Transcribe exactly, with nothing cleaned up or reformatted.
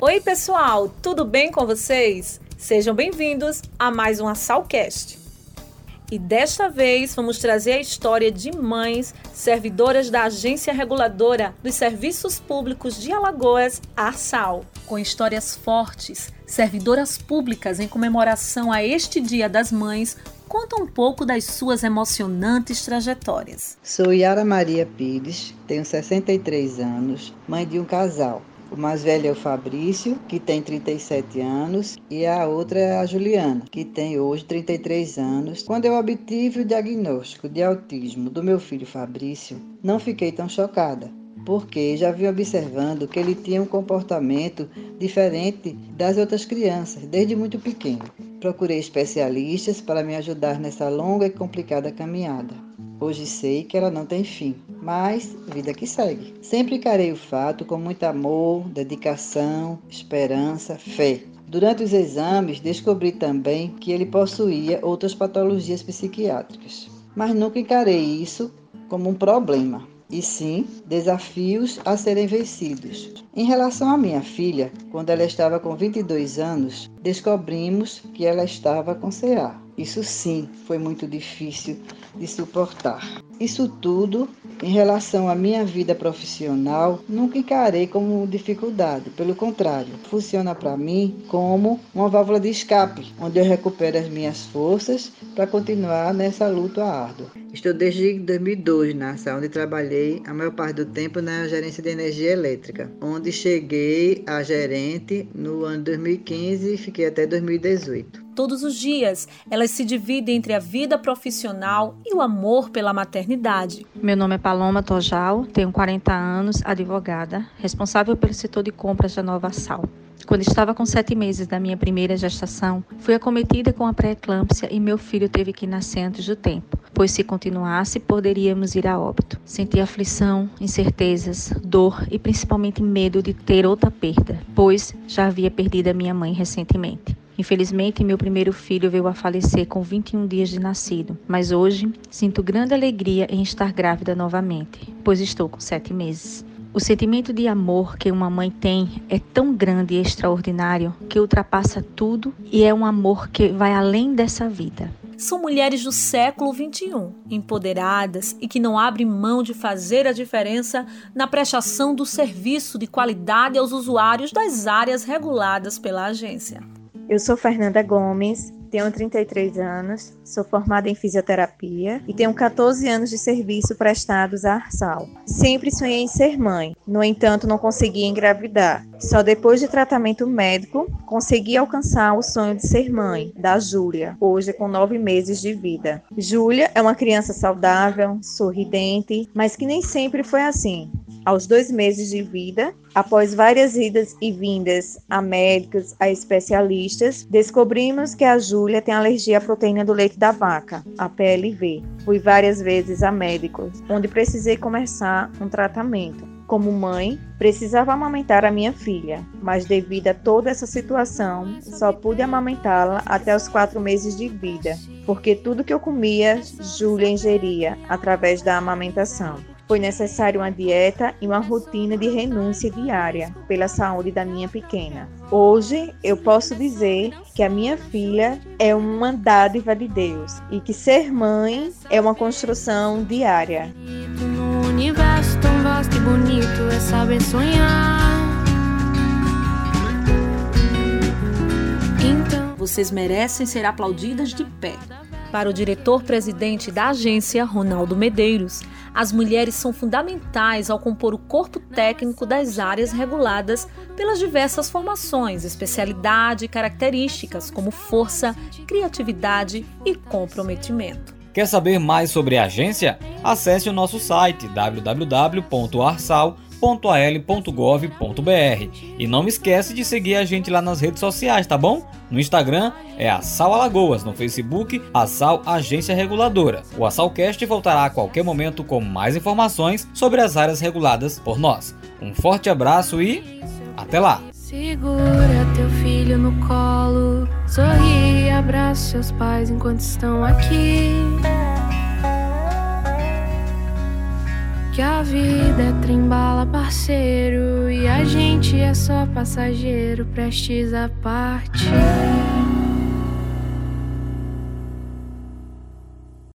Oi pessoal, tudo bem com vocês? Sejam bem-vindos a mais um ASSALcast. E desta vez vamos trazer a história de mães servidoras da Agência Reguladora dos Serviços Públicos de Alagoas, ARSAL. Com histórias fortes, servidoras públicas em comemoração a este Dia das Mães contam um pouco das suas emocionantes trajetórias. Sou Yara Maria Pires, tenho sessenta e três anos, mãe de um casal. O mais velho é o Fabrício, que tem trinta e sete anos, e a outra é a Juliana, que tem hoje trinta e três anos. Quando eu obtive o diagnóstico de autismo do meu filho Fabrício, não fiquei tão chocada, porque já vim observando que ele tinha um comportamento diferente das outras crianças, desde muito pequeno. Procurei especialistas para me ajudar nessa longa e complicada caminhada. Hoje sei que ela não tem fim, mas vida que segue. Sempre encarei o fato com muito amor, dedicação, esperança, fé. Durante os exames, descobri também que ele possuía outras patologias psiquiátricas. Mas nunca encarei isso como um problema, e sim desafios a serem vencidos. Em relação à minha filha, quando ela estava com vinte e dois anos, descobrimos que ela estava com C A. Isso sim foi muito difícil de suportar. Isso tudo, em relação à minha vida profissional, nunca encarei como dificuldade. Pelo contrário, funciona para mim como uma válvula de escape, onde eu recupero as minhas forças para continuar nessa luta árdua. Estou desde dois mil e dois na ARSAL, onde trabalhei a maior parte do tempo na gerência de energia elétrica, onde cheguei a gerente no ano dois mil e quinze e fiquei até dois mil e dezoito. Todos os dias, elas se dividem entre a vida profissional e o amor pela maternidade. Meu nome é Paloma Tojal, tenho quarenta anos, advogada, responsável pelo setor de compras da nova ARSAL. Quando estava com sete meses da minha primeira gestação, fui acometida com a pré-eclâmpsia e meu filho teve que nascer antes do tempo, pois se continuasse, poderíamos ir a óbito. Senti aflição, incertezas, dor e principalmente medo de ter outra perda, pois já havia perdido a minha mãe recentemente. Infelizmente, meu primeiro filho veio a falecer com vinte e um dias de nascido, mas hoje sinto grande alegria em estar grávida novamente, pois estou com sete meses. O sentimento de amor que uma mãe tem é tão grande e extraordinário que ultrapassa tudo e é um amor que vai além dessa vida. São mulheres do século vinte e um, empoderadas e que não abrem mão de fazer a diferença na prestação do serviço de qualidade aos usuários das áreas reguladas pela agência. Eu sou Fernanda Gomes, tenho trinta e três anos, sou formada em fisioterapia e tenho catorze anos de serviço prestados à ARSAL. Sempre sonhei em ser mãe, no entanto não consegui engravidar. Só depois de tratamento médico, consegui alcançar o sonho de ser mãe, da Júlia, hoje com nove meses de vida. Júlia é uma criança saudável, sorridente, mas que nem sempre foi assim. Aos dois meses de vida, após várias idas e vindas a médicos, a especialistas, descobrimos que a Júlia tem alergia à proteína do leite da vaca, a P L V. Fui várias vezes a médicos, onde precisei começar um tratamento. Como mãe, precisava amamentar a minha filha, mas devido a toda essa situação, só pude amamentá-la até os quatro meses de vida, porque tudo que eu comia, Júlia ingeria através da amamentação. Foi necessário uma dieta e uma rotina de renúncia diária pela saúde da minha pequena. Hoje, eu posso dizer que a minha filha é uma dádiva de Deus e que ser mãe é uma construção diária. No universo tão vasto e bonito é saber sonhar. Então, vocês merecem ser aplaudidas de pé. Para o diretor-presidente da agência, Ronaldo Medeiros, as mulheres são fundamentais ao compor o corpo técnico das áreas reguladas pelas diversas formações, especialidade e características como força, criatividade e comprometimento. Quer saber mais sobre a agência? Acesse o nosso site w w w ponto arsal ponto a l ponto gov ponto b r e não esquece de seguir a gente lá nas redes sociais, tá bom? No Instagram é ARSAL Alagoas, no Facebook ARSAL Agência Reguladora. O ASSALcast voltará a qualquer momento com mais informações sobre as áreas reguladas por nós. Um forte abraço e até lá! Segura teu filho no colo, sorri e abraça seus pais enquanto estão aqui. que a vida é trem-bala, parceiro, e a gente é só passageiro, prestes a partir.